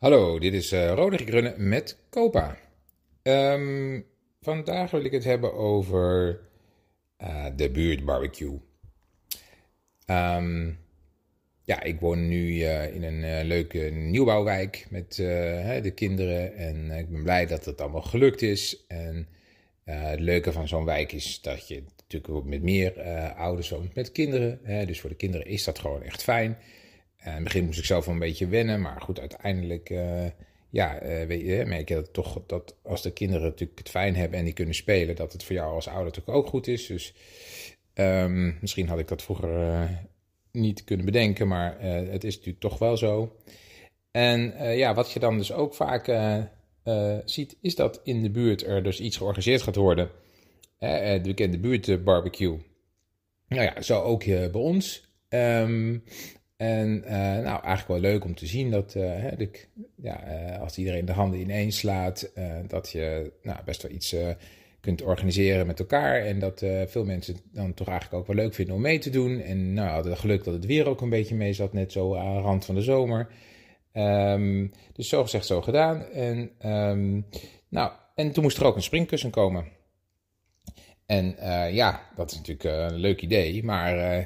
Hallo, dit is Roderick Runnen met Copa. Vandaag wil ik het hebben over de buurtbarbecue. Ehm, ja, ik woon nu in een leuke nieuwbouwwijk met de kinderen en ik ben blij dat het allemaal gelukt is. En het leuke van zo'n wijk is dat je natuurlijk ook met meer ouders woont met kinderen. Dus voor de kinderen is dat gewoon echt fijn. In het begin moest ik zelf wel een beetje wennen, maar goed, uiteindelijk merk je dat toch dat als de kinderen natuurlijk het fijn hebben en die kunnen spelen, dat het voor jou als ouder natuurlijk ook goed is. Dus misschien had ik dat vroeger niet kunnen bedenken, maar het is natuurlijk toch wel zo. En wat je dan dus ook vaak ziet, is dat in de buurt er dus iets georganiseerd gaat worden. De bekende buurtbarbecue. Nou ja, zo ook bij ons. Eigenlijk wel leuk om te zien dat als iedereen de handen ineen slaat, dat je best wel iets kunt organiseren met elkaar. En dat veel mensen dan toch eigenlijk ook wel leuk vinden om mee te doen. En nou, hadden geluk dat het weer ook een beetje mee zat, net zo aan de rand van de zomer. Dus zo gezegd, zo gedaan. En toen moest er ook een springkussen komen. En dat is natuurlijk een leuk idee, maar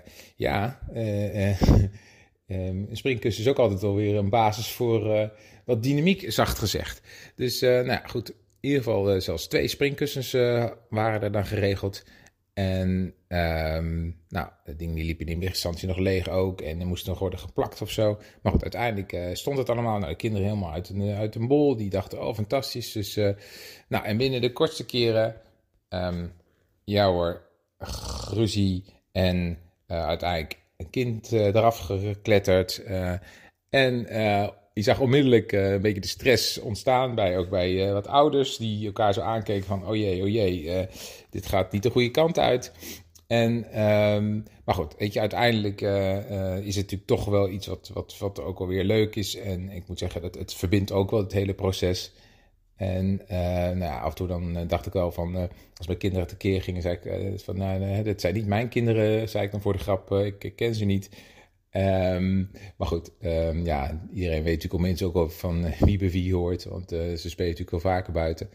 een springkussen is ook altijd wel weer een basis voor wat dynamiek, zacht gezegd. Dus goed, in ieder geval zelfs 2 springkussens waren er dan geregeld. En het ding die liep in de instantie nog leeg ook en er moest nog worden geplakt of zo. Maar goed, uiteindelijk stond het allemaal. Nou, de kinderen helemaal uit een bol, die dachten, oh fantastisch. Dus, en binnen de kortste keren... ja hoor, ruzie en uiteindelijk een kind eraf gekletterd. Je zag onmiddellijk een beetje de stress ontstaan bij wat ouders die elkaar zo aankeken van oh jee, dit gaat niet de goede kant uit. Maar goed, weet je, uiteindelijk is het natuurlijk toch wel iets wat ook wel weer leuk is. En ik moet zeggen dat het verbindt ook wel het hele proces. En af en toe dan dacht ik wel van, als mijn kinderen tekeer gingen, zei ik dit zijn niet mijn kinderen, zei ik dan voor de grap, ik ken ze niet. Maar goed, iedereen weet natuurlijk al mensen ook wel van wie bij wie hoort, want ze spelen natuurlijk wel vaker buiten.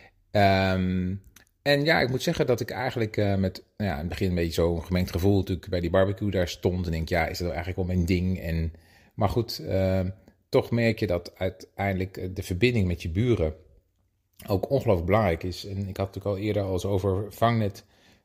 Ik moet zeggen dat ik eigenlijk met in het begin een beetje zo'n gemengd gevoel natuurlijk bij die barbecue daar stond en denk, ja, is dat eigenlijk wel mijn ding? Maar goed, toch merk je dat uiteindelijk de verbinding met je buren ook ongelooflijk belangrijk is. En ik had natuurlijk al eerder al eens over vangnet.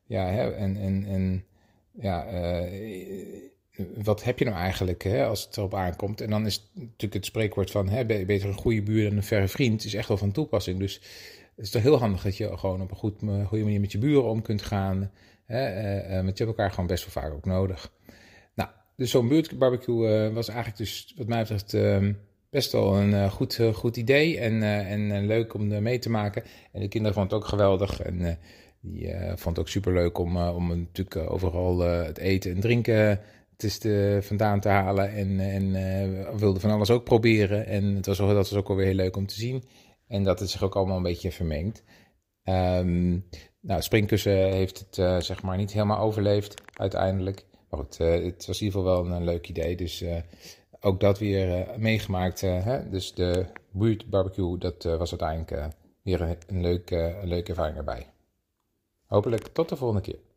Wat heb je nou eigenlijk als het erop aankomt? En dan is natuurlijk het spreekwoord van beter een goede buur dan een verre vriend is echt wel van toepassing. Dus het is toch heel handig dat je gewoon op een goede manier met je buren om kunt gaan. Want je hebt elkaar gewoon best wel vaak ook nodig. Nou, dus zo'n buurtbarbecue was eigenlijk dus wat mij betreft best wel een goed idee en leuk om mee te maken. En de kinderen vonden het ook geweldig en die vonden het ook superleuk om natuurlijk overal het eten en drinken vandaan te halen en wilden van alles ook proberen. En dat was ook alweer heel leuk om te zien. En dat het zich ook allemaal een beetje vermengt. Springkussen heeft het zeg maar niet helemaal overleefd uiteindelijk. Maar goed, het was in ieder geval wel een leuk idee. Dus ook dat weer meegemaakt. Dus de buurtbarbecue, dat was uiteindelijk weer een leuke ervaring erbij. Hopelijk tot de volgende keer.